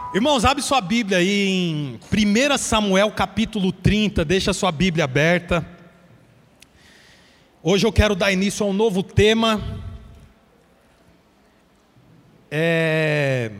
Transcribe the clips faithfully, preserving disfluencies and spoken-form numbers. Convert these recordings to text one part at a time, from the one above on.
Irmãos, abre sua Bíblia aí em primeiro Samuel capítulo trinta, deixa sua Bíblia aberta. Hoje eu quero dar início a um novo tema. É...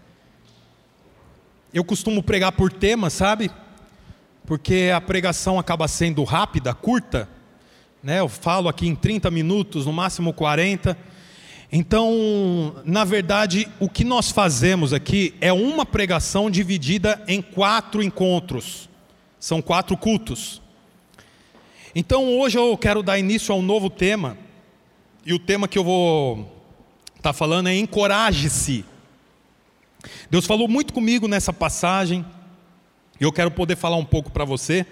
Eu costumo pregar por tema, sabe? Porque a pregação acaba sendo rápida, curta, né? Eu falo aqui em trinta minutos, no máximo quarenta. Então, na verdade, o que nós fazemos aqui é uma pregação dividida em quatro encontros. São quatro cultos. Então, hoje eu quero dar início a um novo tema. E o tema que eu vou estar falando é encoraje-se. Deus falou muito comigo nessa passagem. E eu quero poder falar um pouco para você.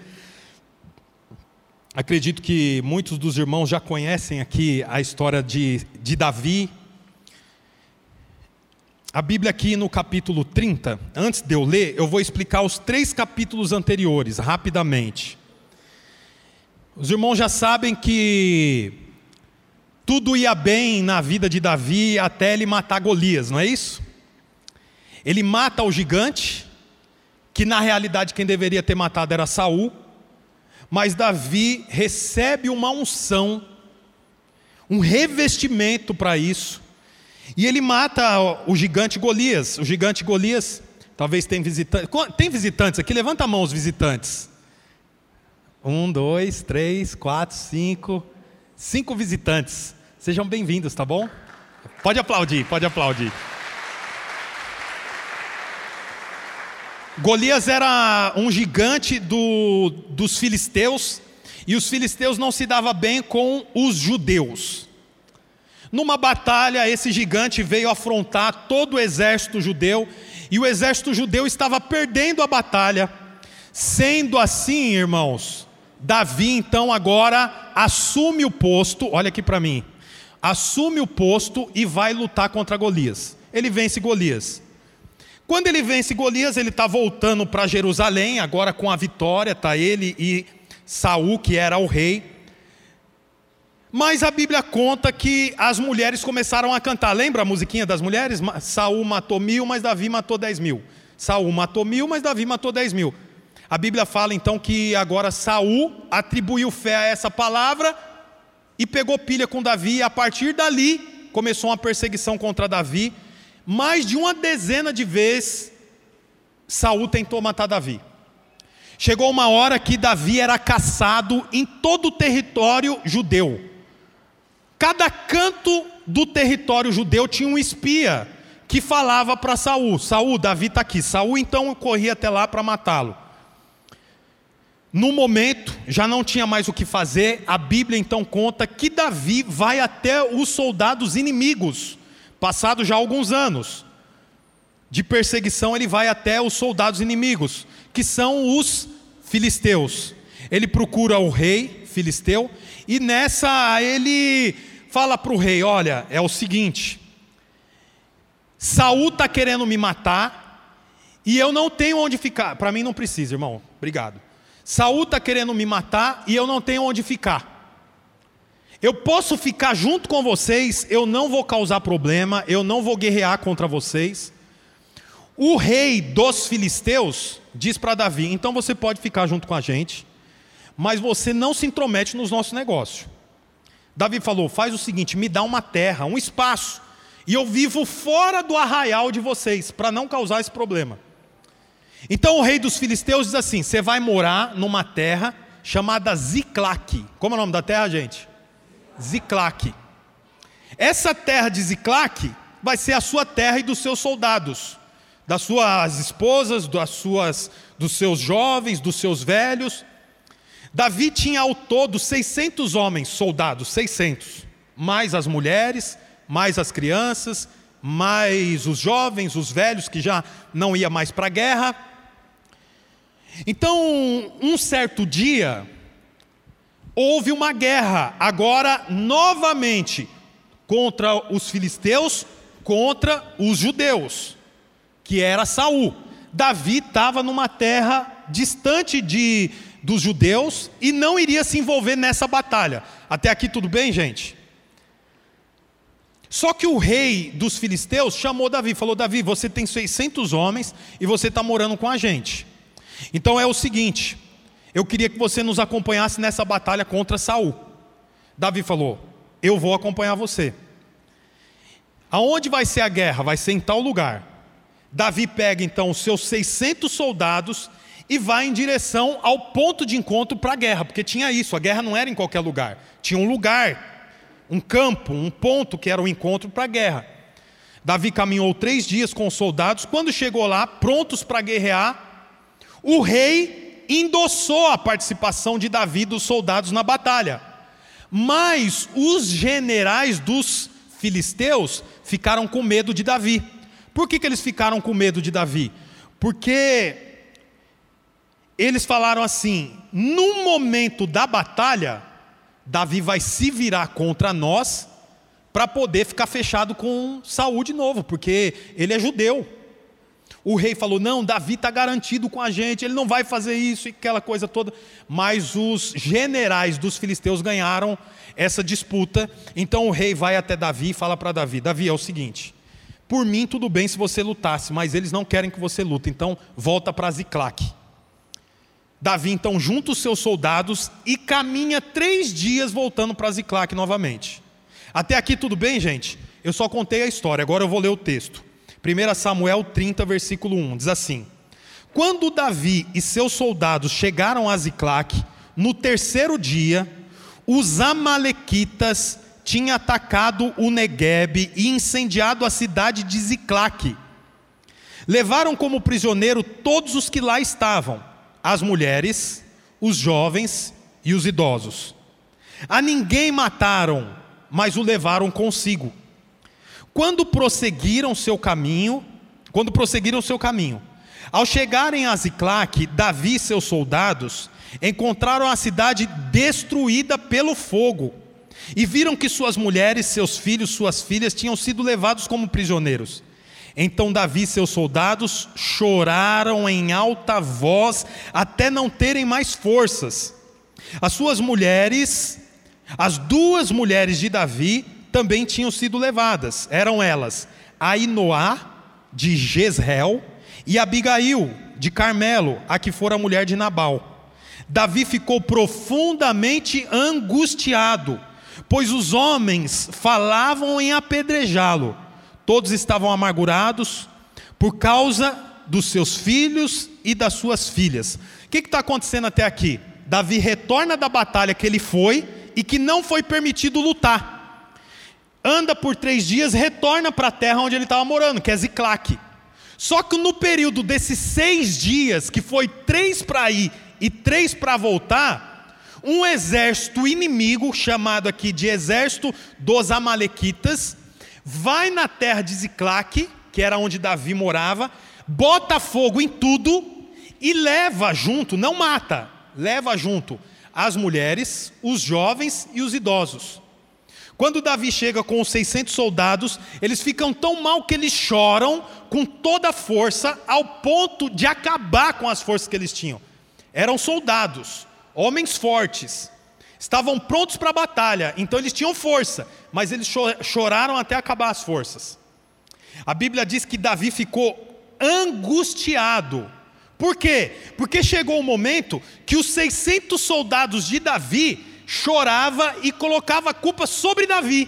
Acredito que muitos dos irmãos já conhecem aqui a história de, de Davi. A Bíblia aqui no capítulo trinta, antes de eu ler, eu vou explicar os três capítulos anteriores, rapidamente. Os irmãos já sabem que tudo ia bem na vida de Davi até ele matar Golias, não é isso? Ele mata o gigante, que na realidade quem deveria ter matado era Saul. Mas Davi recebe uma unção, um revestimento para isso, e ele mata o gigante Golias. O gigante Golias, talvez tem visitantes, tem visitantes aqui? Levanta a mão os visitantes. Um, dois, três, quatro, cinco, cinco visitantes. Sejam bem-vindos, tá bom? Pode aplaudir, pode aplaudir. Golias era um gigante do, dos filisteus, e os filisteus não se davam bem com os judeus. Numa batalha, esse gigante veio afrontar todo o exército judeu, e o exército judeu estava perdendo a batalha. Sendo assim, irmãos, Davi então agora assume o posto, olha aqui para mim, assume o posto e vai lutar contra Golias. Ele vence Golias. Quando ele vence Golias, ele está voltando para Jerusalém, agora com a vitória, está ele e Saul, que era o rei. Mas a Bíblia conta que as mulheres começaram a cantar. Lembra a musiquinha das mulheres? Saul matou mil, mas Davi matou dez mil. Saul matou mil, mas Davi matou dez mil. A Bíblia fala então que agora Saul atribuiu fé a essa palavra e pegou pilha com Davi, e a partir dali começou uma perseguição contra Davi. Mais de uma dezena de vezes Saul tentou matar Davi. Chegou uma hora que Davi era caçado em todo o território judeu. Cada canto do território judeu tinha um espia que falava para Saul: Saul, Davi está aqui. Saul então corria até lá para matá-lo. No momento, já não tinha mais o que fazer. A Bíblia então conta que Davi vai até os soldados inimigos. Passado já alguns anos de perseguição, ele vai até os soldados inimigos, que são os filisteus. Ele procura o rei filisteu, e nessa ele fala para o rei: olha, é o seguinte, Saul está querendo me matar, e eu não tenho onde ficar. Para mim não precisa, irmão, obrigado. Saul está querendo me matar, e eu não tenho onde ficar. Eu posso ficar junto com vocês, eu não vou causar problema, eu não vou guerrear contra vocês. O rei dos filisteus diz para Davi: então você pode ficar junto com a gente, mas você não se intromete nos nossos negócios. Davi falou: faz o seguinte, me dá uma terra, um espaço, e eu vivo fora do arraial de vocês, para não causar esse problema. Então o rei dos filisteus diz assim: você vai morar numa terra chamada Ziclaque. Como é o nome da terra, gente? Ziclaque. Essa terra de Ziclaque vai ser a sua terra e dos seus soldados, das suas esposas, das suas, dos seus jovens, dos seus velhos. Davi tinha ao todo seiscentos homens, soldados, seiscentos, mais as mulheres, mais as crianças, mais os jovens, os velhos que já não iam mais para a guerra. Então, um certo dia, houve uma guerra, agora novamente, contra os filisteus, contra os judeus, que era Saul. Davi estava numa terra distante de, dos judeus e não iria se envolver nessa batalha. Até aqui tudo bem, gente? Só que o rei dos filisteus chamou Davi, falou: Davi, você tem seiscentos homens e você está morando com a gente. Então é o seguinte, eu queria que você nos acompanhasse nessa batalha contra Saul. Davi falou: eu vou acompanhar você. Aonde vai ser a guerra? Vai ser em tal lugar. Davi pega então os seus seiscentos soldados e vai em direção ao ponto de encontro para a guerra, porque tinha isso, a guerra não era em qualquer lugar, tinha um lugar, um campo, um ponto que era o encontro para a guerra. Davi caminhou três dias com os soldados. Quando chegou lá, prontos para guerrear, o rei endossou a participação de Davi e dos soldados na batalha. Mas os generais dos filisteus ficaram com medo de Davi. Por que que eles ficaram com medo de Davi? Porque eles falaram assim: no momento da batalha, Davi vai se virar contra nós para poder ficar fechado com Saul de novo, porque ele é judeu. O rei falou: não, Davi está garantido com a gente, ele não vai fazer isso e aquela coisa toda. Mas os generais dos filisteus ganharam essa disputa. Então o rei vai até Davi e fala para Davi: Davi, é o seguinte, por mim tudo bem se você lutasse, mas eles não querem que você lute, então volta para Ziclague. Davi então junta os seus soldados e caminha três dias voltando para Ziclague novamente. Até aqui tudo bem, gente? Eu só contei a história, agora eu vou ler o texto. primeiro Samuel trinta, versículo um, diz assim: quando Davi e seus soldados chegaram a Ziclague, no terceiro dia, os amalequitas tinham atacado o Neguebe e incendiado a cidade de Ziclague. Levaram como prisioneiro todos os que lá estavam, as mulheres, os jovens e os idosos. A ninguém mataram, mas o levaram consigo. Quando prosseguiram seu caminho, quando prosseguiram seu caminho, ao chegarem a Ziclague, Davi e seus soldados encontraram a cidade destruída pelo fogo e viram que suas mulheres, seus filhos, suas filhas tinham sido levados como prisioneiros. Então Davi e seus soldados choraram em alta voz até não terem mais forças. As suas mulheres, as duas mulheres de Davi, também tinham sido levadas. Eram elas Ainoá de Jezreel e Abigail de Carmelo, a que fora a mulher de Nabal. Davi ficou profundamente angustiado, pois os homens falavam em apedrejá-lo. Todos estavam amargurados por causa dos seus filhos e das suas filhas. O que está acontecendo até aqui? Davi retorna da batalha que ele foi e que não foi permitido lutar. Anda por três dias, retorna para a terra onde ele estava morando, que é Ziclague. Só que no período desses seis dias, que foi três para ir e três para voltar, um exército inimigo, chamado aqui de exército dos amalequitas, vai na terra de Ziclague, que era onde Davi morava, bota fogo em tudo e leva junto, não mata, leva junto as mulheres, os jovens e os idosos. Quando Davi chega com os seiscentos soldados, eles ficam tão mal que eles choram com toda a força, ao ponto de acabar com as forças que eles tinham. Eram soldados, homens fortes, estavam prontos para a batalha, então eles tinham força, mas eles choraram até acabar as forças. A Bíblia diz que Davi ficou angustiado. Por quê? Porque chegou o momento que os seiscentos soldados de Davi chorava e colocava a culpa sobre Davi,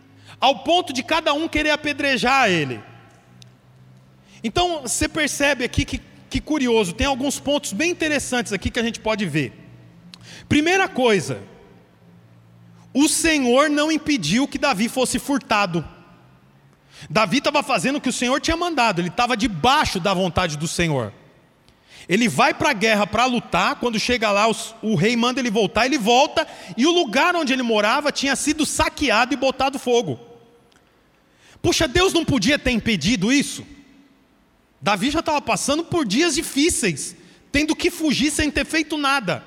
ao ponto de cada um querer apedrejar ele. Então você percebe aqui que, que curioso, tem alguns pontos bem interessantes aqui que a gente pode ver. Primeira coisa, o Senhor não impediu que Davi fosse furtado. Davi estava fazendo o que o Senhor tinha mandado, ele estava debaixo da vontade do Senhor. Ele vai para a guerra para lutar, quando chega lá os, o rei manda ele voltar, ele volta, e o lugar onde ele morava tinha sido saqueado e botado fogo. Puxa, Deus não podia ter impedido isso? Davi já estava passando por dias difíceis, tendo que fugir sem ter feito nada.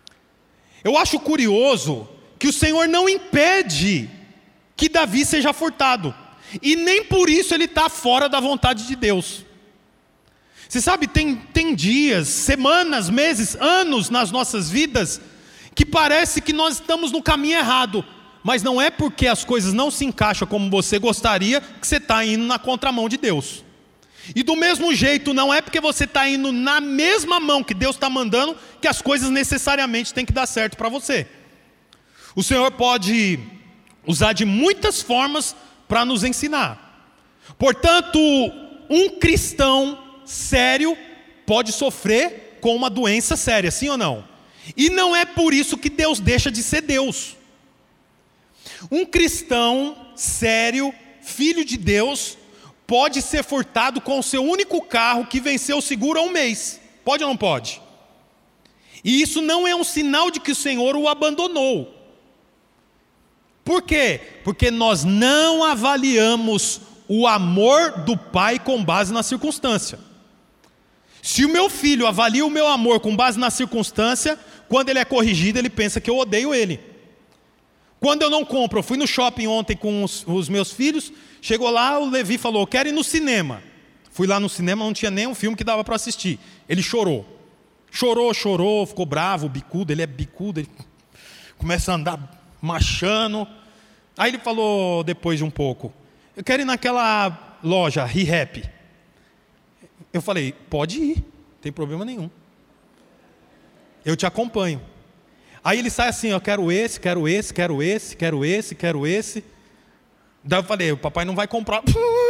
Eu acho curioso que o Senhor não impede que Davi seja furtado, e nem por isso ele está fora da vontade de Deus. Você sabe, tem, tem dias, semanas, meses, anos nas nossas vidas, que parece que nós estamos no caminho errado, mas não é porque as coisas não se encaixam como você gostaria que você está indo na contramão de Deus. E do mesmo jeito, não é porque você está indo na mesma mão que Deus está mandando que as coisas necessariamente têm que dar certo para você. O Senhor pode usar de muitas formas para nos ensinar. Portanto, um cristão sério pode sofrer com uma doença séria, sim ou não? E não é por isso que Deus deixa de ser Deus. Um cristão sério, filho de Deus, pode ser furtado com o seu único carro que venceu o seguro há um mês. Pode ou não pode? E isso não é um sinal de que o Senhor o abandonou. Por quê? Porque nós não avaliamos o amor do Pai com base na circunstância. Se o meu filho avalia o meu amor com base na circunstância, quando ele é corrigido, ele pensa que eu odeio ele. Quando eu não compro, eu fui no shopping ontem com os, os meus filhos, chegou lá, o Levi falou, eu quero ir no cinema. Fui lá no cinema, não tinha nenhum filme que dava para assistir. Ele chorou. Chorou, chorou, ficou bravo, bicudo, ele é bicudo, ele começa a andar machando. Aí ele falou, depois de um pouco, eu quero ir naquela loja, Re-Rap. Eu falei, pode ir, não tem problema nenhum. Eu te acompanho. Aí ele sai assim, eu quero esse, quero esse, quero esse, quero esse, quero esse. Daí eu falei, o papai não vai comprar.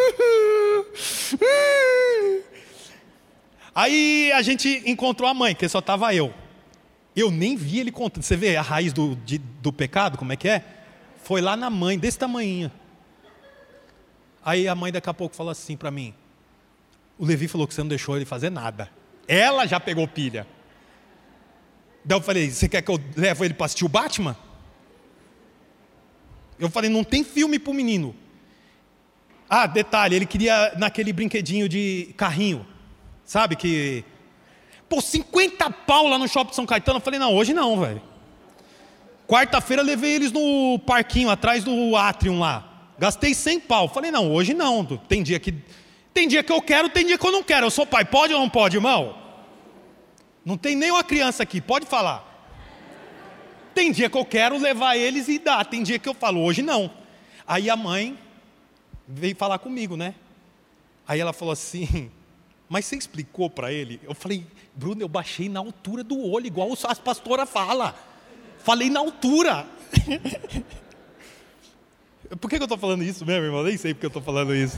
Aí a gente encontrou a mãe, que só estava eu. Eu nem vi ele contando. Você vê a raiz do, de, do pecado, como é que é? Foi lá na mãe, desse tamanhinho. Aí a mãe daqui a pouco falou assim para mim, o Levi falou que você não deixou ele fazer nada. Ela já pegou pilha. Daí eu falei, você quer que eu leve ele para assistir o Batman? Eu falei, não tem filme para o menino. Ah, detalhe, ele queria naquele brinquedinho de carrinho. Sabe que... Pô, cinquenta pau lá no Shopping São Caetano. Eu falei, não, hoje não, velho. Quarta-feira levei eles no parquinho, atrás do Atrium lá. Gastei cem pau. Eu falei, não, hoje não. Tem dia que... Tem dia que eu quero, tem dia que eu não quero. Eu sou pai, pode ou não pode, irmão? Não tem nenhuma criança aqui, pode falar. Tem dia que eu quero levar eles e dar. Tem dia que eu falo, hoje não. Aí a mãe veio falar comigo, né? Aí ela falou assim, mas você explicou para ele? Eu falei, Bruno, eu baixei na altura do olho, igual as pastoras falam. Falei na altura. Por que eu estou falando isso mesmo, irmão? Nem sei porque eu estou falando isso.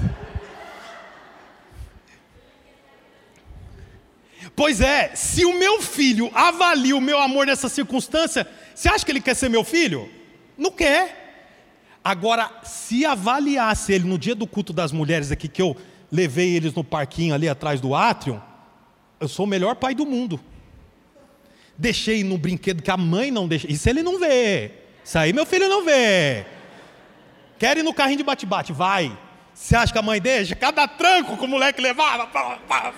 Pois é, se o meu filho avalia o meu amor nessa circunstância, você acha que ele quer ser meu filho? Não quer. Agora, se avaliasse ele no dia do culto das mulheres aqui, que eu levei eles no parquinho ali atrás do Atrium, eu sou o melhor pai do mundo. Deixei no brinquedo que a mãe não deixa. Isso ele não vê. Isso aí meu filho não vê. Quer ir no carrinho de bate-bate? Vai. Você acha que a mãe deixa? Cada tranco que o moleque levava. Pá, pá.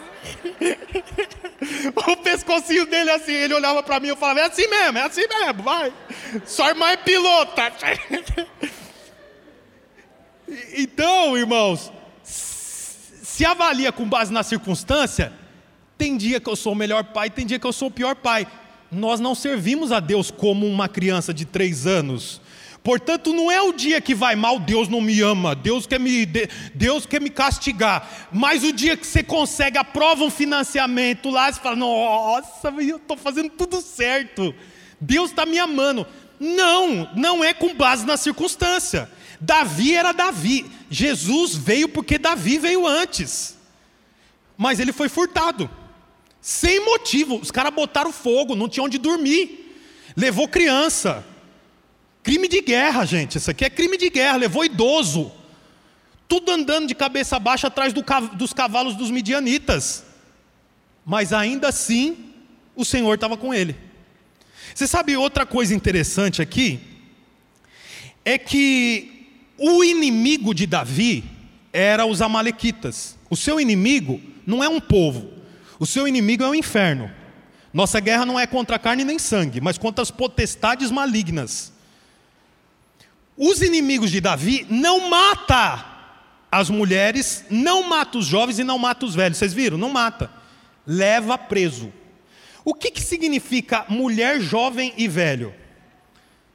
O pescocinho dele assim, ele olhava pra mim e eu falava, é assim mesmo, é assim mesmo, vai. Sua irmã é pilota. Então, irmãos, se avalia com base na circunstância, tem dia que eu sou o melhor pai, tem dia que eu sou o pior pai. Nós não servimos a Deus como uma criança de três anos. Portanto, não é o dia que vai mal, Deus não me ama, Deus quer me, Deus quer me castigar. Mas o dia que você consegue, aprova um financiamento lá, você fala, nossa, eu estou fazendo tudo certo. Deus está me amando. Não, não é com base na circunstância. Davi era Davi. Jesus veio porque Davi veio antes. Mas ele foi furtado. Sem motivo. Os caras botaram fogo, não tinha onde dormir. Levou criança. Crime de guerra, gente. Isso aqui é crime de guerra. Levou idoso. Tudo andando de cabeça baixa atrás do, dos cavalos dos midianitas. Mas ainda assim, o Senhor estava com ele. Você sabe outra coisa interessante aqui? É que o inimigo de Davi era os amalequitas. O seu inimigo não é um povo. O seu inimigo é o inferno. Nossa guerra não é contra carne nem sangue, mas contra as potestades malignas. Os inimigos de Davi não matam as mulheres, não matam os jovens e não matam os velhos. Vocês viram? Não mata. Leva preso. O que, que significa mulher, jovem e velho?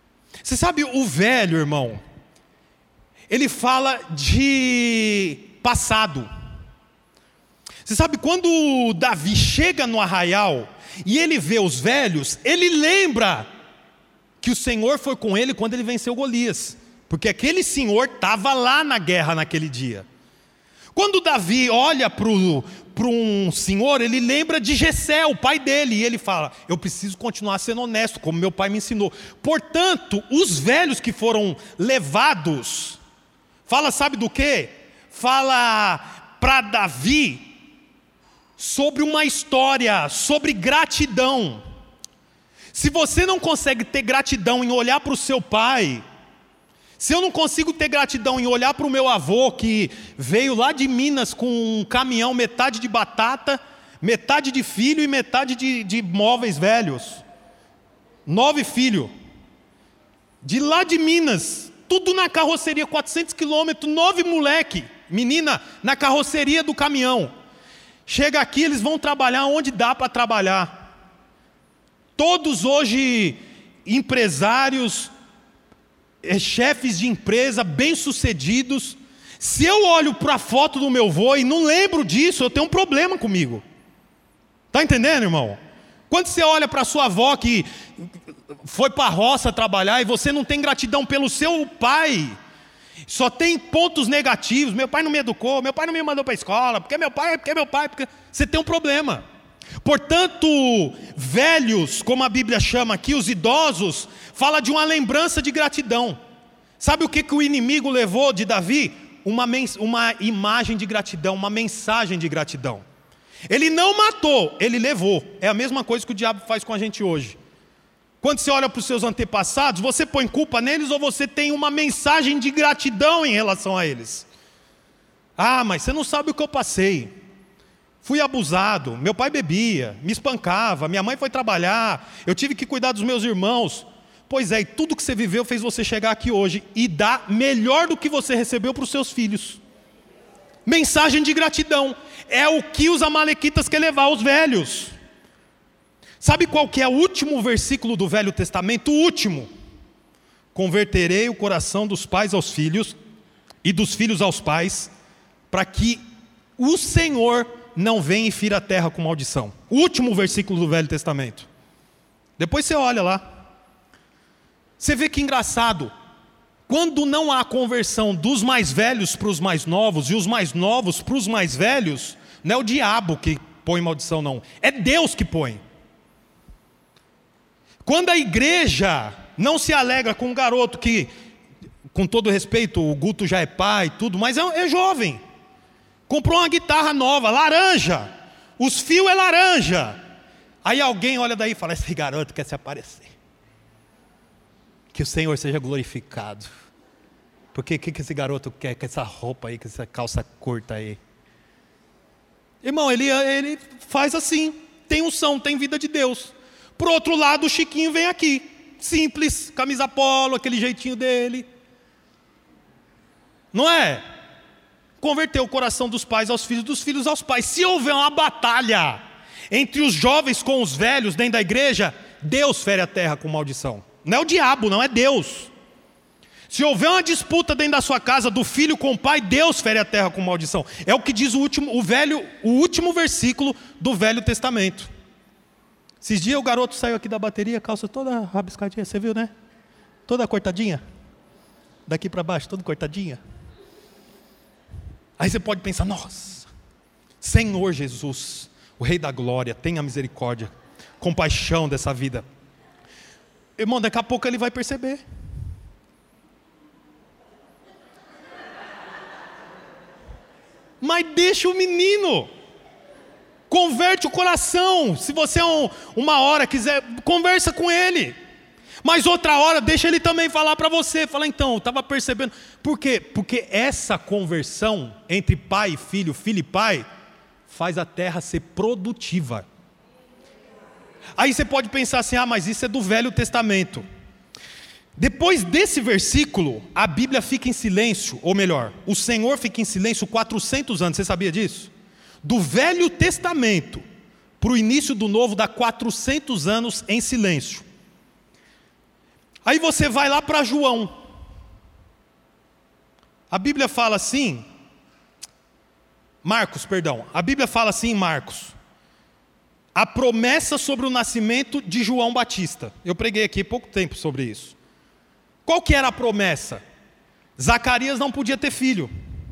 Você sabe, o velho, irmão, ele fala de passado. Você sabe, quando Davi chega no arraial e ele vê os velhos, ele lembra que o Senhor foi com ele quando ele venceu Golias, porque aquele senhor estava lá na guerra naquele dia. Quando Davi olha para um senhor, ele lembra de Jessé, o pai dele, e ele fala: eu preciso continuar sendo honesto, como meu pai me ensinou. Portanto, os velhos que foram levados, fala, sabe do quê? Fala para Davi sobre uma história, sobre gratidão. Se você não consegue ter gratidão em olhar para o seu pai, se eu não consigo ter gratidão em olhar para o meu avô, que veio lá de Minas com um caminhão, metade de batata, metade de filho e metade de, de móveis velhos, nove filhos, de lá de Minas, tudo na carroceria, quatrocentos quilômetros, nove moleque, menina, na carroceria do caminhão. Chega aqui, eles vão trabalhar onde dá para trabalhar. Todos hoje empresários, chefes de empresa, bem-sucedidos. Se eu olho para a foto do meu avô e não lembro disso, eu tenho um problema comigo. Está entendendo, irmão? Quando você olha para a sua avó que foi para a roça trabalhar e você não tem gratidão pelo seu pai, só tem pontos negativos: meu pai não me educou, meu pai não me mandou para a escola, porque meu pai, porque meu pai, porque... você tem um problema. Portanto, velhos, como a Bíblia chama aqui, os idosos, fala de uma lembrança de gratidão. Sabe o que, que o inimigo levou de Davi? Uma, mens- uma imagem de gratidão, uma mensagem de gratidão. Ele não matou, ele levou. É a mesma coisa que o diabo faz com a gente hoje. Quando você olha para os seus antepassados, você põe culpa neles ou você tem uma mensagem de gratidão em relação a eles? Ah, mas você não sabe o que eu passei. Fui abusado, meu pai bebia, me espancava, minha mãe foi trabalhar, eu tive que cuidar dos meus irmãos. Pois é, e tudo que você viveu fez você chegar aqui hoje e dar melhor do que você recebeu para os seus filhos. Mensagem de gratidão. É o que os amalequitas querem levar aos velhos. Sabe qual que é o último versículo do Velho Testamento? O último. Converterei o coração dos pais aos filhos e dos filhos aos pais, para que o Senhor não venha e fira a terra com maldição. O último versículo do Velho Testamento. Depois você olha lá. Você vê que engraçado. Quando não há conversão dos mais velhos para os mais novos, e os mais novos para os mais velhos, não é o diabo que põe maldição, não. É Deus que põe. Quando a igreja não se alegra com um garoto que, com todo respeito, o Guto já é pai, tudo, mas é, é jovem. Comprou uma guitarra nova, laranja. Os fios é laranja. Aí alguém olha daí e fala: esse garoto quer se aparecer. Que o Senhor seja glorificado. Porque o que, que esse garoto quer com essa roupa aí, com essa calça curta aí? Irmão, ele, ele faz assim. Tem unção, tem vida de Deus. Por outro lado, o Chiquinho vem aqui. Simples, camisa polo, aquele jeitinho dele. Não é? Converter o coração dos pais aos filhos, dos filhos aos pais. Se houver uma batalha entre os jovens com os velhos dentro da igreja, Deus fere a terra com maldição. Não é o diabo, não é Deus. Se houver uma disputa dentro da sua casa do filho com o pai, Deus fere a terra com maldição. É o que diz o último, o velho, o último versículo do Velho Testamento. Esses dias o garoto saiu aqui da bateria, calça toda rabiscadinha, você viu, né? Toda cortadinha. Daqui para baixo, toda cortadinha. Aí você pode pensar: nossa, Senhor Jesus, o Rei da Glória, tenha misericórdia, compaixão dessa vida. Irmão, daqui a pouco ele vai perceber. Mas deixa o menino. Converte o coração. Se você um, uma hora quiser, conversa com ele. Mas outra hora, deixa ele também falar para você. Fala: então, eu estava percebendo. Por quê? Porque essa conversão entre pai e filho, filho e pai, faz a terra ser produtiva. Aí você pode pensar assim: ah, mas isso é do Velho Testamento. Depois desse versículo, a Bíblia fica em silêncio, ou melhor, o Senhor fica em silêncio quatrocentos anos. Você sabia disso? Do Velho Testamento para o início do Novo, dá quatrocentos anos em silêncio. Aí você vai lá para João. A Bíblia fala assim, Marcos, perdão. A Bíblia fala assim em Marcos. A promessa sobre o nascimento de João Batista. Eu preguei aqui há pouco tempo sobre isso. Qual que era a promessa? Zacarias não podia ter filho.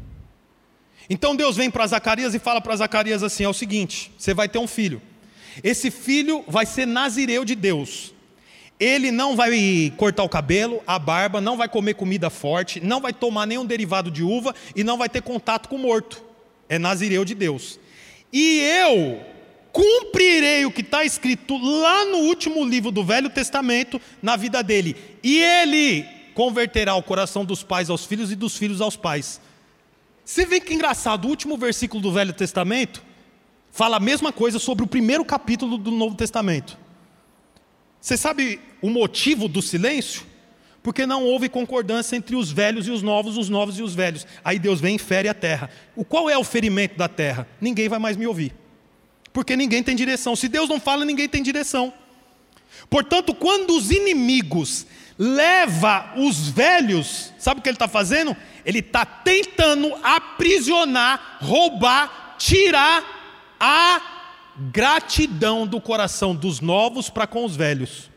Então Deus vem para Zacarias e fala para Zacarias assim, é o seguinte, você vai ter um filho. Esse filho vai ser nazireu de Deus. Ele não vai cortar o cabelo, a barba, não vai comer comida forte, não vai tomar nenhum derivado de uva e não vai ter contato com o morto. É nazireu de Deus. E eu cumprirei o que está escrito lá no último livro do Velho Testamento na vida dele. E ele converterá o coração dos pais aos filhos e dos filhos aos pais. Você vê que engraçado, o último versículo do Velho Testamento fala a mesma coisa sobre o primeiro capítulo do Novo Testamento. Você sabe o motivo do silêncio? Porque não houve concordância entre os velhos e os novos, os novos e os velhos. Aí Deus vem e fere a terra. O qual é o ferimento da terra? Ninguém vai mais me ouvir. Porque ninguém tem direção. Se Deus não fala, ninguém tem direção. Portanto, quando os inimigos levam os velhos, sabe o que ele está fazendo? Ele está tentando aprisionar, roubar, tirar a gratidão do coração dos novos para com os velhos.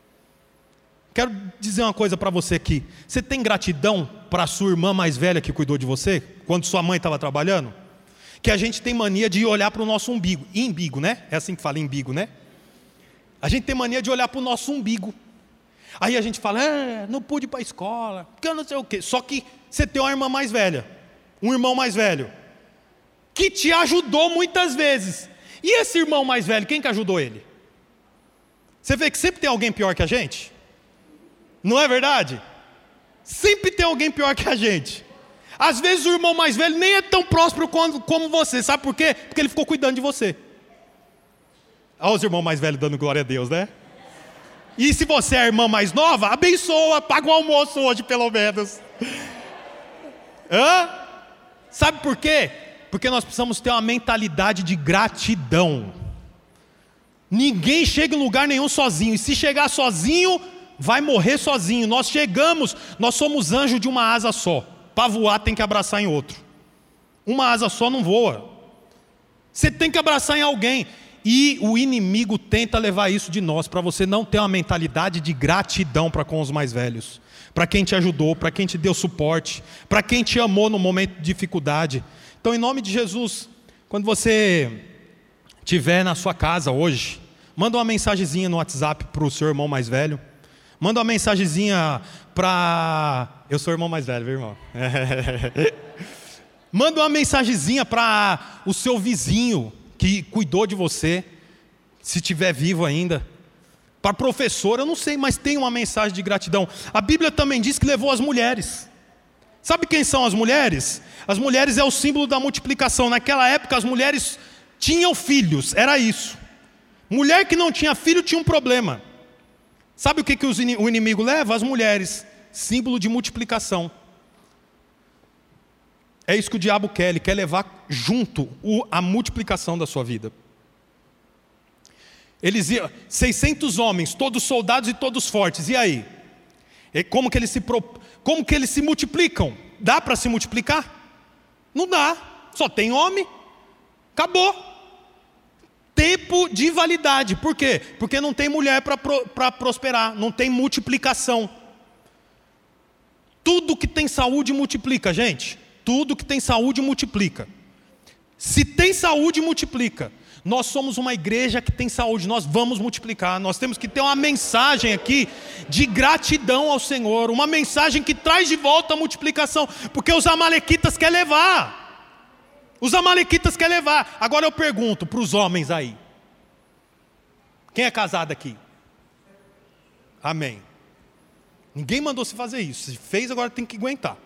Quero dizer uma coisa para você aqui. Você tem gratidão para a sua irmã mais velha que cuidou de você, quando sua mãe estava trabalhando? Que a gente tem mania de olhar para o nosso umbigo. Imbigo, né? É assim que fala, imbigo, né? A gente tem mania de olhar para o nosso umbigo. Aí a gente fala, é, não pude ir para a escola, porque eu não sei o quê. Só que você tem uma irmã mais velha, um irmão mais velho, que te ajudou muitas vezes. E esse irmão mais velho, quem que ajudou ele? Você vê que sempre tem alguém pior que a gente? Não é verdade? Sempre tem alguém pior que a gente. Às vezes o irmão mais velho nem é tão próspero como, como você. Sabe por quê? Porque ele ficou cuidando de você. Olha os irmãos mais velhos dando glória a Deus, né? E se você é a irmã mais nova, abençoa, paga um almoço hoje pelo menos. Hã? Sabe por quê? Porque nós precisamos ter uma mentalidade de gratidão. Ninguém chega em lugar nenhum sozinho. E se chegar sozinho, vai morrer sozinho. Nós chegamos, nós somos anjos de uma asa só. Para voar tem que abraçar em outro. Uma asa só não voa. Você tem que abraçar em alguém. E o inimigo tenta levar isso de nós, para você não ter uma mentalidade de gratidão para com os mais velhos. Para quem te ajudou, para quem te deu suporte, para quem te amou no momento de dificuldade. Então, em nome de Jesus, quando você estiver na sua casa hoje, manda uma mensagenzinha no WhatsApp para o seu irmão mais velho. Manda uma mensagenzinha para... Eu sou o irmão mais velho, viu, irmão? Manda uma mensagenzinha para o seu vizinho que cuidou de você, se estiver vivo ainda. Para professor, eu não sei, mas tem uma mensagem de gratidão. A Bíblia também diz que levou as mulheres. Sabe quem são as mulheres? As mulheres é o símbolo da multiplicação. Naquela época as mulheres tinham filhos, era isso. Mulher que não tinha filho tinha um problema. Sabe o que, que o inimigo leva? As mulheres, símbolo de multiplicação. É isso que o diabo quer, ele quer levar junto a multiplicação da sua vida. Eles iam, seiscentos homens, todos soldados e todos fortes, e aí? E como que eles se, como que eles se multiplicam? Dá para se multiplicar? Não dá, só tem homem, acabou. Tempo de validade, por quê? Porque não tem mulher para pro, para prosperar, não tem multiplicação. Tudo que tem saúde multiplica, gente. Tudo que tem saúde multiplica. Se tem saúde, multiplica. Nós somos uma igreja que tem saúde, nós vamos multiplicar. Nós temos que ter uma mensagem aqui de gratidão ao Senhor. Uma mensagem que traz de volta a multiplicação. Porque os amalequitas querem levar. Os amalequitas querem levar. Agora eu pergunto para os homens aí. Quem é casado aqui? Amém. Ninguém mandou se fazer isso. Se fez, agora tem que aguentar.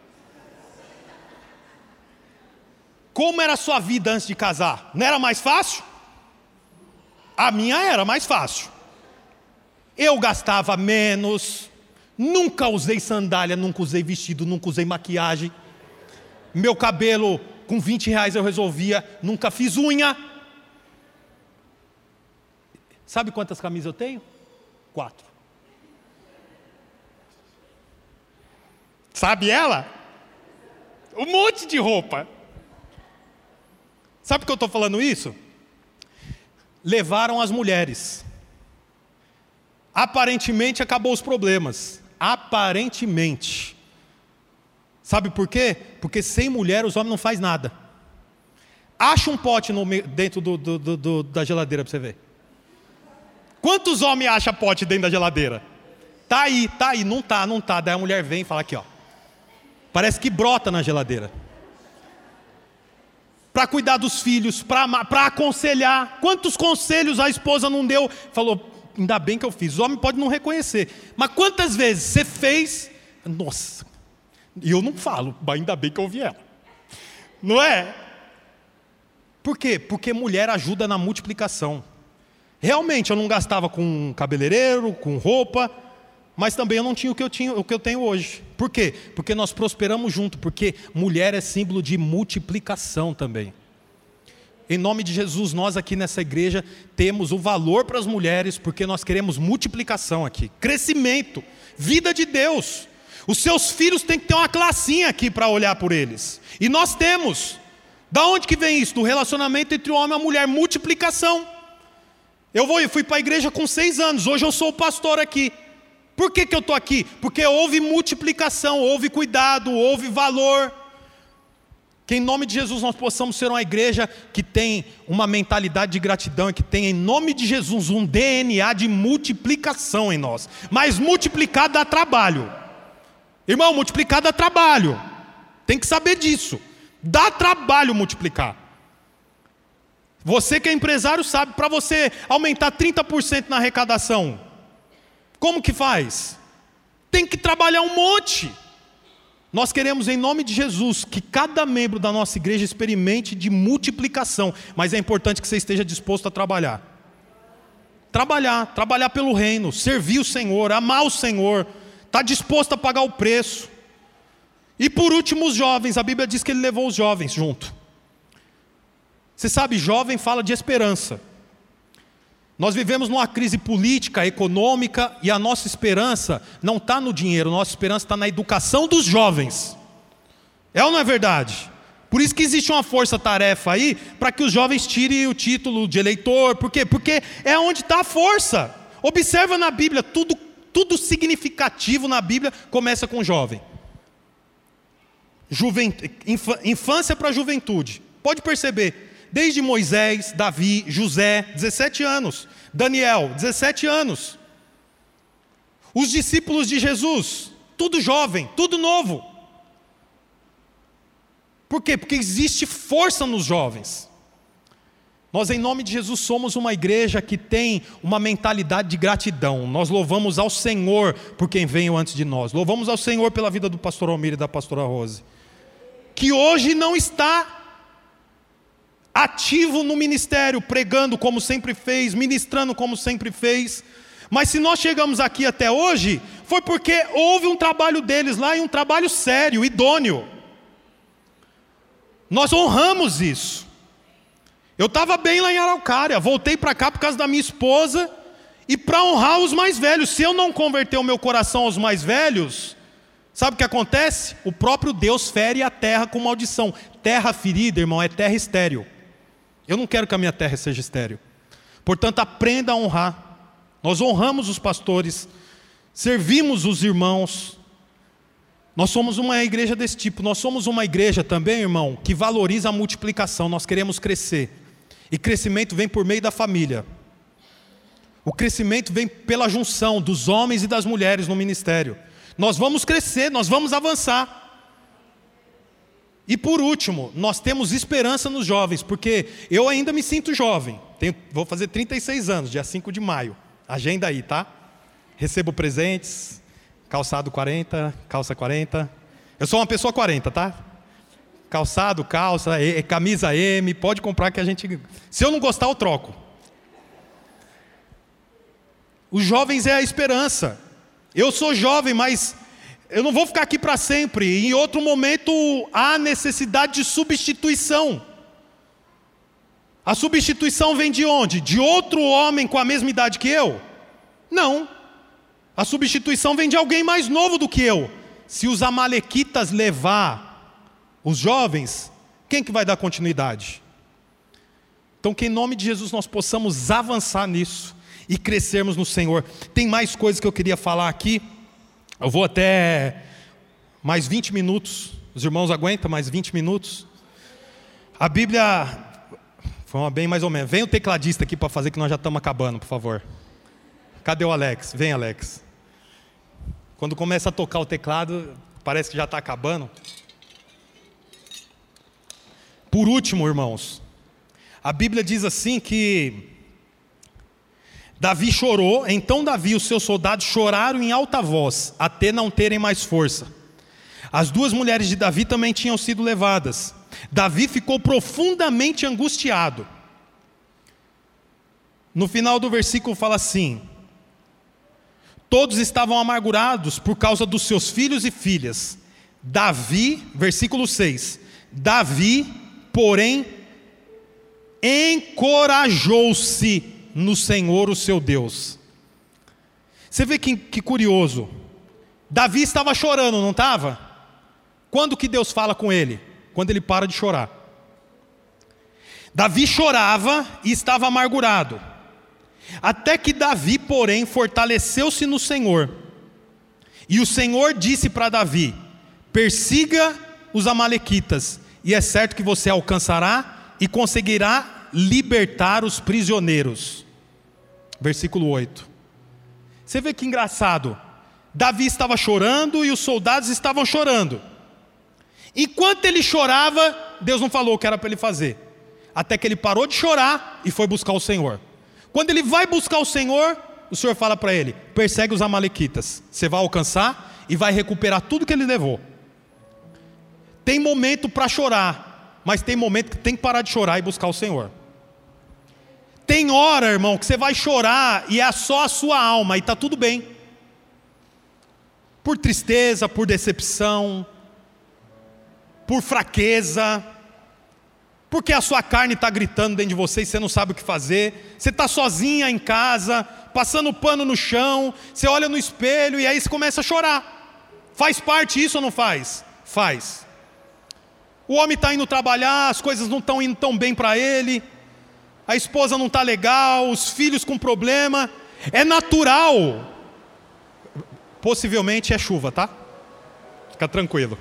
Como era a sua vida antes de casar? Não era mais fácil? A minha era mais fácil. Eu gastava menos, nunca usei sandália, nunca usei vestido, nunca usei maquiagem. Meu cabelo, com vinte reais eu resolvia, nunca fiz unha. Sabe quantas camisas eu tenho? Quatro. Sabe ela? Um monte de roupa. Sabe por que eu estou falando isso? Levaram as mulheres. Aparentemente acabou os problemas. Aparentemente. Sabe por quê? Porque sem mulher os homens não fazem nada. Acha um pote no, dentro do, do, do, do, da geladeira para você ver. Quantos homens acham pote dentro da geladeira? Tá aí, tá aí, não tá, não tá. Daí a mulher vem e fala aqui, ó. Parece que brota na geladeira. Para cuidar dos filhos, para aconselhar. Quantos conselhos a esposa não deu? Falou, ainda bem que eu fiz. O homem pode não reconhecer. Mas quantas vezes você fez? Nossa, e eu não falo, mas ainda bem que eu ouvi ela. Não é? Por quê? Porque mulher ajuda na multiplicação. Realmente eu não gastava com cabeleireiro, com roupa, mas também eu não tinha o que eu, tinha, o que eu tenho hoje. Por quê? Porque nós prosperamos junto, porque mulher é símbolo de multiplicação também. Em nome de Jesus, nós aqui nessa igreja temos o valor para as mulheres, porque nós queremos multiplicação aqui, crescimento, vida de Deus. Os seus filhos têm que ter uma classinha aqui para olhar por eles. E nós temos. Da onde que vem isso? Do relacionamento entre o homem e a mulher, multiplicação. Eu vou, eu fui para a igreja com seis anos, hoje eu sou o pastor aqui. Por que que eu estou aqui? Porque houve multiplicação, houve cuidado, houve valor. Que em nome de Jesus nós possamos ser uma igreja que tem uma mentalidade de gratidão e que tem em nome de Jesus um D N A de multiplicação em nós. Mas multiplicar dá trabalho. Irmão, multiplicar dá trabalho. Tem que saber disso. Dá trabalho multiplicar. Você que é empresário sabe, para você aumentar trinta por cento na arrecadação, como que faz? Tem que trabalhar um monte. Nós queremos em nome de Jesus que cada membro da nossa igreja experimente de multiplicação, mas é importante que você esteja disposto a trabalhar. Trabalhar, trabalhar pelo reino, servir o Senhor, amar o Senhor, estar disposto a pagar o preço. E por último os jovens, a Bíblia diz que ele levou os jovens junto. Você sabe, jovem fala de esperança. Nós vivemos numa crise política, econômica, e a nossa esperança não está no dinheiro, a nossa esperança está na educação dos jovens. É ou não é verdade? Por isso que existe uma força-tarefa aí, para que os jovens tirem o título de eleitor. Por quê? Porque é onde está a força. Observa na Bíblia, tudo, tudo significativo na Bíblia começa com jovem. Juvent... Infância para juventude. Pode perceber. Desde Moisés, Davi, José, dezessete anos. Daniel, dezessete anos. Os discípulos de Jesus, tudo jovem, tudo novo. Por quê? Porque existe força nos jovens. Nós, em nome de Jesus, somos uma igreja que tem uma mentalidade de gratidão. Nós louvamos ao Senhor por quem veio antes de nós. Louvamos ao Senhor pela vida do pastor Almir e da pastora Rose, que hoje não está ativo no ministério, pregando como sempre fez, ministrando como sempre fez. Mas se nós chegamos aqui até hoje, foi porque houve um trabalho deles lá, e um trabalho sério, idôneo. Nós honramos isso. Eu estava bem lá em Araucária, voltei para cá por causa da minha esposa, e para honrar os mais velhos. Se eu não converter o meu coração aos mais velhos, sabe o que acontece? O próprio Deus fere a terra com maldição. Terra ferida, irmão, é terra estéril. Eu não quero que a minha terra seja estéril. Portanto, aprenda a honrar. Nós honramos os pastores, servimos os irmãos. Nós somos uma igreja desse tipo. Nós somos uma igreja também, irmão, que valoriza a multiplicação. Nós queremos crescer. E crescimento vem por meio da família. O crescimento vem pela junção dos homens e das mulheres no ministério. Nós vamos crescer, nós vamos avançar. E por último, nós temos esperança nos jovens, porque eu ainda me sinto jovem. Tenho, vou fazer trinta e seis anos, dia cinco de maio. Agenda aí, tá? Recebo presentes, calçado quarenta, calça quarenta. Eu sou uma pessoa quarenta, tá? Calçado, calça, e, camisa M, pode comprar que a gente... Se eu não gostar, eu troco. Os jovens é a esperança. Eu sou jovem, mas... eu não vou ficar aqui para sempre. Em outro momento há necessidade de substituição. A substituição vem de onde? De outro homem com a mesma idade que eu? Não. A substituição vem de alguém mais novo do que eu. se os amalequitas levar os jovens, quem que vai dar continuidade? Então que em nome de Jesus nós possamos avançar nisso e crescermos no Senhor. Tem mais coisas que eu queria falar aqui. Eu vou até mais vinte minutos. Os irmãos aguentam mais vinte minutos? A Bíblia, foi uma bem mais ou menos. Vem o tecladista aqui para fazer, que nós já estamos acabando, por favor. Cadê o Alex? Vem, Alex. Quando começa a tocar o teclado, parece que já está acabando. Por último, irmãos, a Bíblia diz assim que Davi chorou, então Davi e os seus soldados choraram em alta voz, até não terem mais força. As duas mulheres de Davi também tinham sido levadas. Davi ficou profundamente angustiado. No final do versículo fala assim: todos estavam amargurados por causa dos seus filhos e filhas. Davi, versículo seis, Davi, porém, encorajou-se no Senhor, o seu Deus. Você vê que, que curioso. Davi estava chorando, não estava? Quando que Deus fala com ele? Quando ele para de chorar. Davi chorava e estava amargurado. Até que Davi, porém, fortaleceu-se no Senhor. E o Senhor disse para Davi: persiga os amalequitas, e é certo que você alcançará e conseguirá libertar os prisioneiros. Versículo oito. Você vê que engraçado. Davi estava chorando e os soldados estavam chorando. Enquanto ele chorava, Deus não falou o que era para ele fazer. Até que ele parou de chorar e foi buscar o Senhor. Quando ele vai buscar o Senhor, o Senhor fala para ele: persegue os amalequitas. Você vai alcançar e vai recuperar tudo que ele levou. Tem momento para chorar, mas tem momento que tem que parar de chorar e buscar o Senhor. Tem hora, irmão, que você vai chorar e é só a sua alma, e está tudo bem. Por tristeza, por decepção, por fraqueza, porque a sua carne está gritando dentro de você e você não sabe o que fazer. Você está sozinha em casa, passando pano no chão, você olha no espelho e aí você começa a chorar. Faz parte isso ou não faz? Faz. O homem está indo trabalhar, as coisas não estão indo tão bem para ele, a esposa não está legal, os filhos com problema. É natural. Possivelmente é chuva, tá? Fica tranquilo.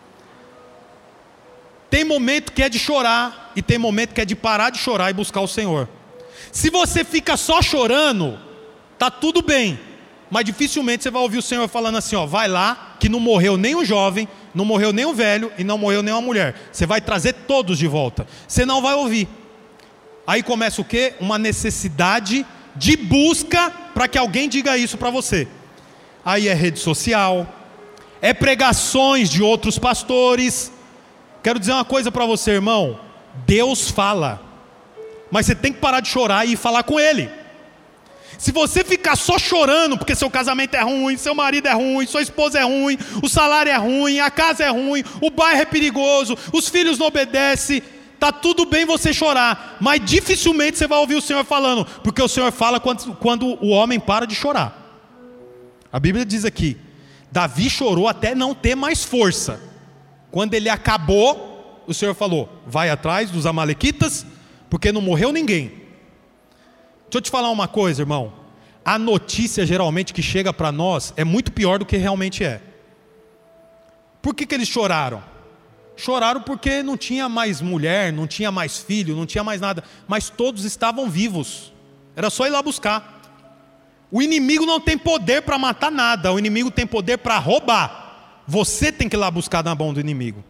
Tem momento que é de chorar e tem momento que é de parar de chorar e buscar o Senhor. Se você fica só chorando, tá tudo bem, mas dificilmente você vai ouvir o Senhor falando assim: ó, vai lá, que não morreu nem o jovem, não morreu nem o velho e não morreu nem uma mulher. Você vai trazer todos de volta. Você não vai ouvir. Aí começa o quê? Uma necessidade de busca para que alguém diga isso para você. Aí é rede social, é pregações de outros pastores. Quero dizer uma coisa para você, irmão: Deus fala, mas você tem que parar de chorar e ir falar com Ele. Se você ficar só chorando porque seu casamento é ruim, seu marido é ruim, sua esposa é ruim, o salário é ruim, a casa é ruim, o bairro é perigoso, os filhos não obedecem, está tudo bem você chorar, mas dificilmente você vai ouvir o Senhor falando, porque o Senhor fala quando, quando o homem para de chorar. A Bíblia diz aqui: Davi chorou até não ter mais força. Quando ele acabou, o Senhor falou: vai atrás dos amalequitas, porque não morreu ninguém. Deixa eu te falar uma coisa, irmão. A notícia geralmente que chega para nós é muito pior do que realmente é. Por que que eles choraram? Choraram porque não tinha mais mulher, não tinha mais filho, não tinha mais nada. Mas todos estavam vivos. Era só ir lá buscar. O inimigo não tem poder para matar nada. O inimigo tem poder para roubar. Você tem que ir lá buscar na mão do inimigo.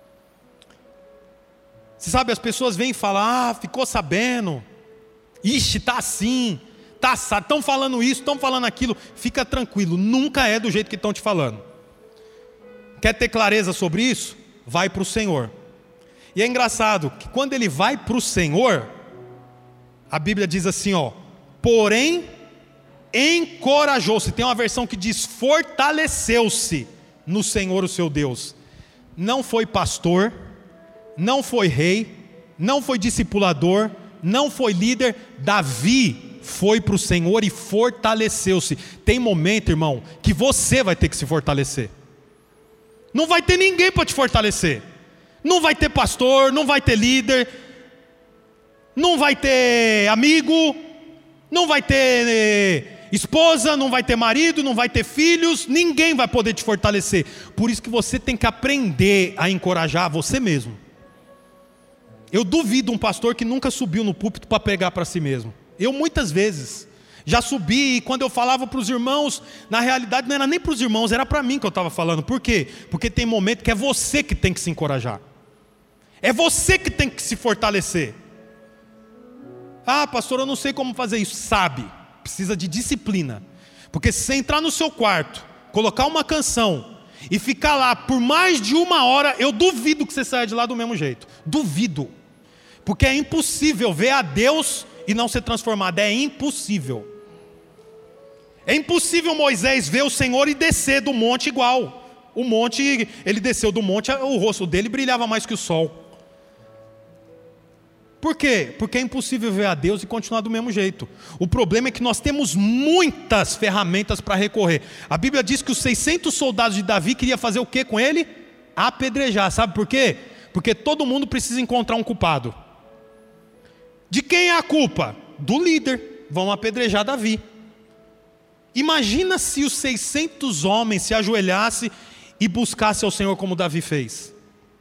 Você sabe, as pessoas vêm e falam: ah, ficou sabendo. Ixi, está assim, está assado, estão falando isso, estão falando aquilo. Fica tranquilo, nunca é do jeito que estão te falando. Quer ter clareza sobre isso? Vai para o Senhor. E é engraçado que quando ele vai para o Senhor, a Bíblia diz assim, ó: porém encorajou-se. Tem uma versão que diz fortaleceu-se no Senhor, o seu Deus. Não foi pastor, não foi rei, não foi discipulador, não foi líder. Davi foi para o Senhor e fortaleceu-se. Tem momento, irmão, que você vai ter que se fortalecer. Não vai ter ninguém para te fortalecer. Não vai ter pastor, não vai ter líder, não vai ter amigo, não vai ter eh, esposa, não vai ter marido, não vai ter filhos, ninguém vai poder te fortalecer. Por isso que você tem que aprender a encorajar você mesmo. Eu duvido um pastor que nunca subiu no púlpito para pregar para si mesmo. Eu muitas vezes já subi, e quando eu falava para os irmãos, na realidade não era nem para os irmãos, era para mim que eu estava falando. Por quê? Porque tem momento que é você que tem que se encorajar. É você que tem que se fortalecer. Ah, pastor, eu não sei como fazer isso. Sabe, precisa de disciplina. Porque se você entrar no seu quarto, colocar uma canção e ficar lá por mais de uma hora, eu duvido que você saia de lá do mesmo jeito. Duvido. Porque é impossível ver a Deus e não ser transformado. É impossível. É impossível Moisés ver o Senhor e descer do monte igual. O monte, ele desceu do monte, o rosto dele brilhava mais que o sol. Por quê? Porque é impossível ver a Deus e continuar do mesmo jeito. O problema é que nós temos muitas ferramentas para recorrer. A Bíblia diz que os seiscentos soldados de Davi queriam fazer o que com ele? Apedrejar. Sabe por quê? Porque todo mundo precisa encontrar um culpado. De quem é a culpa? Do líder. Vão apedrejar Davi. Imagina se os seiscentos homens se ajoelhassem e buscassem ao Senhor como Davi fez.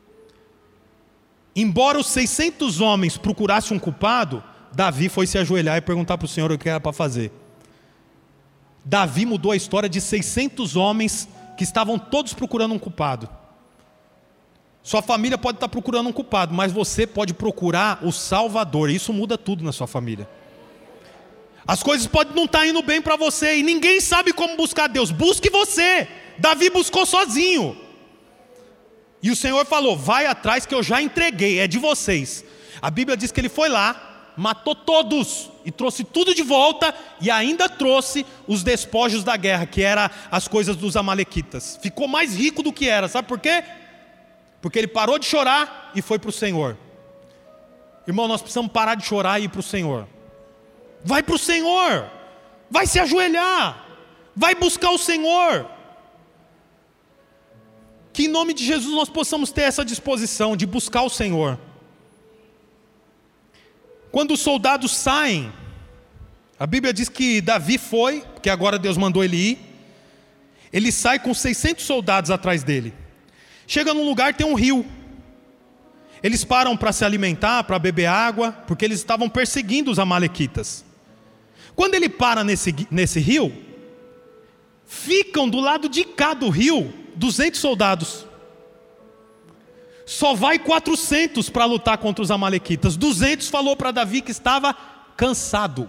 Embora os seiscentos homens procurassem um culpado, Davi foi se ajoelhar e perguntar para o Senhor o que era para fazer. Davi mudou a história de seiscentos homens que estavam todos procurando um culpado. Sua família pode estar procurando um culpado, mas você pode procurar o Salvador. Isso muda tudo na sua família. As coisas podem não estar indo bem para você e ninguém sabe como buscar Deus. Busque você. Davi buscou sozinho. E o Senhor falou: vai atrás que eu já entreguei, é de vocês. A Bíblia diz que ele foi lá, matou todos e trouxe tudo de volta, e ainda trouxe os despojos da guerra, que eram as coisas dos amalequitas. Ficou mais rico do que era. Sabe por quê? Porque ele parou de chorar e foi para o Senhor. Irmão, nós precisamos parar de chorar e ir para o Senhor. Vai para o Senhor, vai se ajoelhar, vai buscar o Senhor. Que em nome de Jesus nós possamos ter essa disposição de buscar o Senhor. Quando os soldados saem, a Bíblia diz que Davi foi, porque agora Deus mandou ele ir. Ele sai com seiscentos soldados atrás dele. Chega num lugar, tem um rio. Eles param para se alimentar, para beber água, porque eles estavam perseguindo os amalequitas. Quando ele para nesse, nesse rio, ficam do lado de cá do rio duzentos soldados. Só vai quatrocentos para lutar contra os amalequitas. duzentos falou para Davi que estava cansado.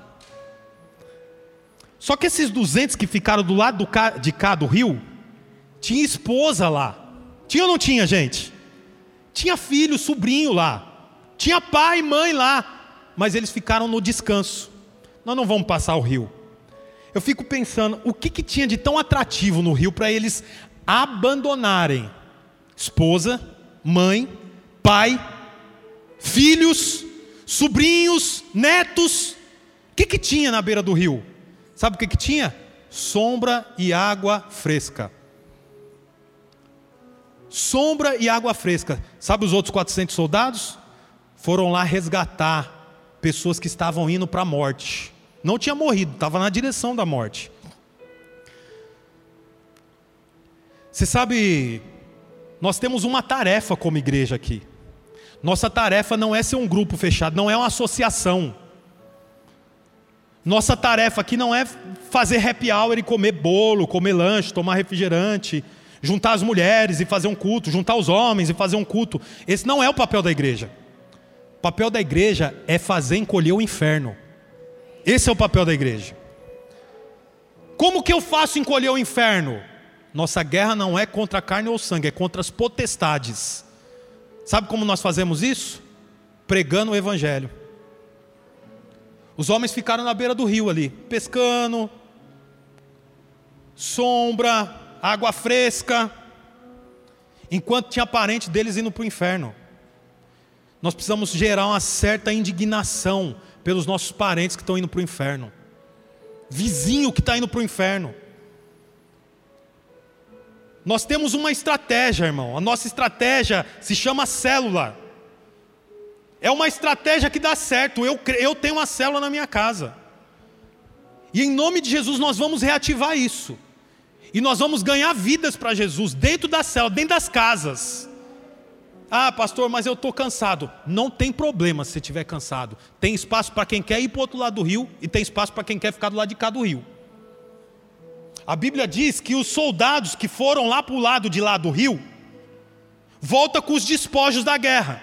Só que esses duzentos que ficaram do lado do cá, de cá do rio, tinha esposa lá. Tinha ou não tinha, gente? Tinha filho, sobrinho lá. Tinha pai e mãe lá. Mas eles ficaram no descanso. Nós não vamos passar o rio. Eu fico pensando, o que, que tinha de tão atrativo no rio para eles abandonarem esposa, mãe, pai, filhos, sobrinhos, netos? O que, que tinha na beira do rio? Sabe o que, que tinha? Sombra e água fresca. Sombra e água fresca. Sabe os outros quatrocentos soldados? Foram lá resgatar pessoas que estavam indo para a morte. Não tinha morrido, estava na direção da morte. Você sabe, nós temos uma tarefa como igreja aqui. Nossa tarefa não é ser um grupo fechado, não é uma associação. Nossa tarefa aqui não é fazer happy hour e comer bolo, comer lanche, tomar refrigerante, juntar as mulheres e fazer um culto, juntar os homens e fazer um culto. Esse não é o papel da igreja. O papel da igreja é fazer encolher o inferno. Esse é o papel da igreja. Como que eu faço encolher o inferno? Nossa guerra não é contra a carne ou sangue, é contra as potestades. Sabe como nós fazemos isso? Pregando o evangelho. Os homens ficaram na beira do rio ali, pescando, sombra, água fresca, enquanto tinha parente deles indo para o inferno. Nós precisamos gerar uma certa indignação pelos nossos parentes que estão indo para o inferno, vizinho que está indo para o inferno. Nós temos uma estratégia, irmão. A nossa estratégia se chama célula. É uma estratégia que dá certo. Eu, eu tenho uma célula na minha casa. E em nome de Jesus nós vamos reativar isso. E nós vamos ganhar vidas para Jesus dentro da célula, dentro das casas. Ah, pastor, mas eu estou cansado. Não tem problema se você estiver cansado. Tem espaço para quem quer ir para o outro lado do rio e tem espaço para quem quer ficar do lado de cá do rio. A Bíblia diz que os soldados que foram lá para o lado de lá do rio voltam com os despojos da guerra.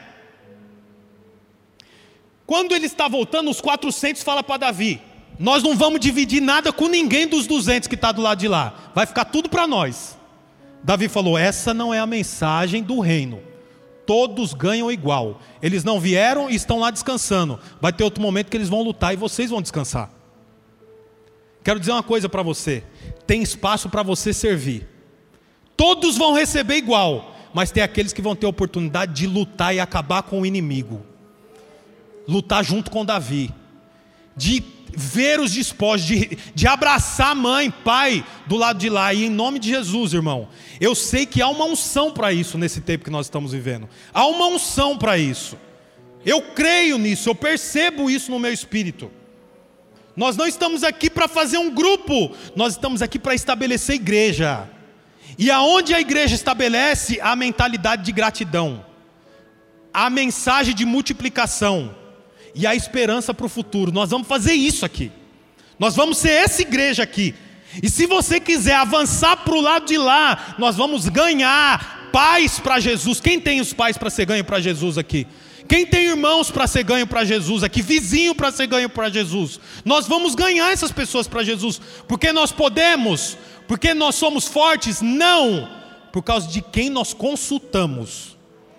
Quando ele está voltando, os quatrocentos falam para Davi: nós não vamos dividir nada com ninguém dos duzentos que está do lado de lá. Vai ficar tudo para nós. Davi falou: essa não é a mensagem do reino. Todos ganham igual. Eles não vieram e estão lá descansando. Vai ter outro momento que eles vão lutar e vocês vão descansar. Quero dizer uma coisa para você. Tem espaço para você servir. Todos vão receber igual. Mas tem aqueles que vão ter a oportunidade de lutar e acabar com o inimigo. Lutar junto com Davi. De ver os despojos, de, de abraçar mãe, pai do lado de lá. E em nome de Jesus, irmão, eu sei que há uma unção para isso nesse tempo que nós estamos vivendo. Há uma unção para isso. Eu creio nisso, eu percebo isso no meu espírito. Nós não estamos aqui para fazer um grupo, nós estamos aqui para estabelecer igreja. E aonde a igreja estabelece a mentalidade de gratidão, a mensagem de multiplicação e a esperança para o futuro. Nós vamos fazer isso aqui. Nós vamos ser essa igreja aqui. E se você quiser avançar para o lado de lá, nós vamos ganhar pais para Jesus. Quem tem os pais para ser ganho para Jesus aqui? Quem tem irmãos para ser ganho para Jesus aqui? Vizinho para ser ganho para Jesus? Nós vamos ganhar essas pessoas para Jesus. Porque nós podemos? Porque nós somos fortes? Não! Por causa de quem nós consultamos.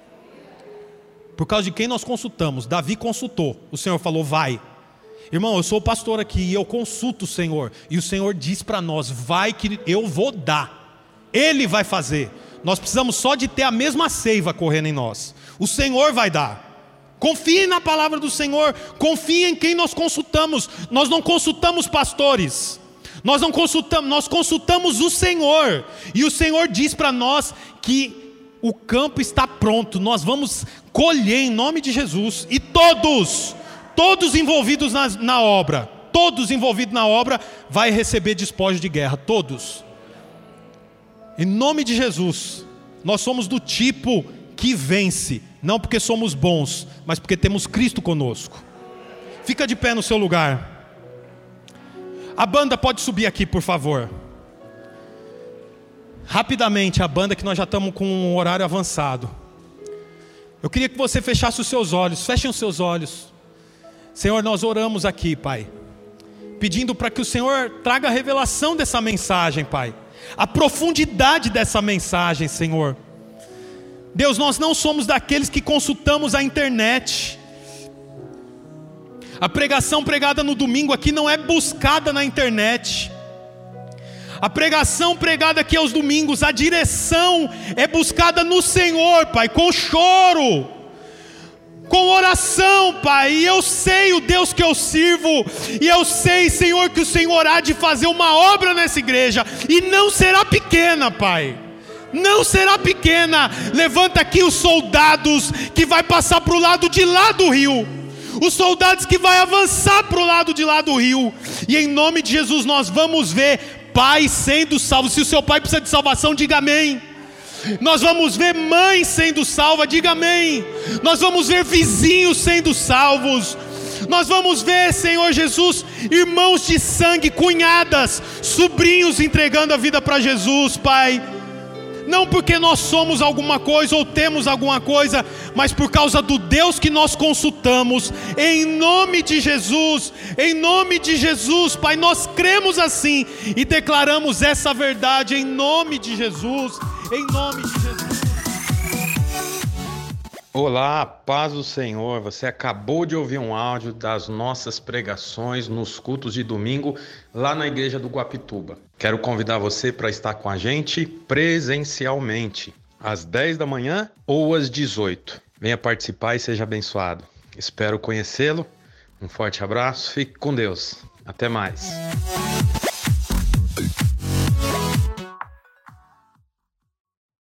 Por causa de quem nós consultamos. Davi consultou. O Senhor falou: vai. Irmão, eu sou o pastor aqui e eu consulto o Senhor. E o Senhor diz para nós: vai que eu vou dar. Ele vai fazer. Nós precisamos só de ter a mesma seiva correndo em nós. O Senhor vai dar. Confie na palavra do Senhor. Confie em quem nós consultamos. Nós não consultamos pastores. Nós não consultamos, nós consultamos o Senhor. E o Senhor diz para nós que o campo está pronto. Nós vamos colher em nome de Jesus. E todos, todos envolvidos na, na obra, todos envolvidos na obra, vai receber despojo de guerra. Todos. Em nome de Jesus. Nós somos do tipo que vence. Não porque somos bons, mas porque temos Cristo conosco. Fica de pé no seu lugar. A banda pode subir aqui, por favor. Rapidamente, a banda, que nós já estamos com um horário avançado. Eu queria que você fechasse os seus olhos. Fechem os seus olhos. Senhor, nós oramos aqui, Pai, pedindo para que o Senhor traga a revelação dessa mensagem, Pai. A profundidade dessa mensagem, Senhor. Deus, nós não somos daqueles que consultamos a internet. A pregação pregada no domingo aqui não é buscada na internet. A pregação pregada aqui aos domingos, a direção é buscada no Senhor, Pai, com choro, com oração, Pai. E eu sei o Deus que eu sirvo, e eu sei, Senhor, que o Senhor há de fazer uma obra nessa igreja, e não será pequena, Pai. Não será pequena. Levanta aqui os soldados que vai passar para o lado de lá do rio. Os soldados que vai avançar para o lado de lá do rio. E em nome de Jesus nós vamos ver pais sendo salvos. Se o seu pai precisa de salvação, diga amém. Nós vamos ver mãe sendo salva, diga amém. Nós vamos ver vizinhos sendo salvos. Nós vamos ver, Senhor Jesus, irmãos de sangue, cunhadas, sobrinhos entregando a vida para Jesus, Pai. Não porque nós somos alguma coisa ou temos alguma coisa, mas por causa do Deus que nós consultamos. Em nome de Jesus, em nome de Jesus, Pai, nós cremos assim e declaramos essa verdade em nome de Jesus, em nome de Jesus. Olá, paz do Senhor. Você acabou de ouvir um áudio das nossas pregações nos cultos de domingo lá na igreja do Guapituba. Quero convidar você para estar com a gente presencialmente, às dez da manhã ou às dezoito. Venha participar e seja abençoado. Espero conhecê-lo. Um forte abraço, fique com Deus. Até mais.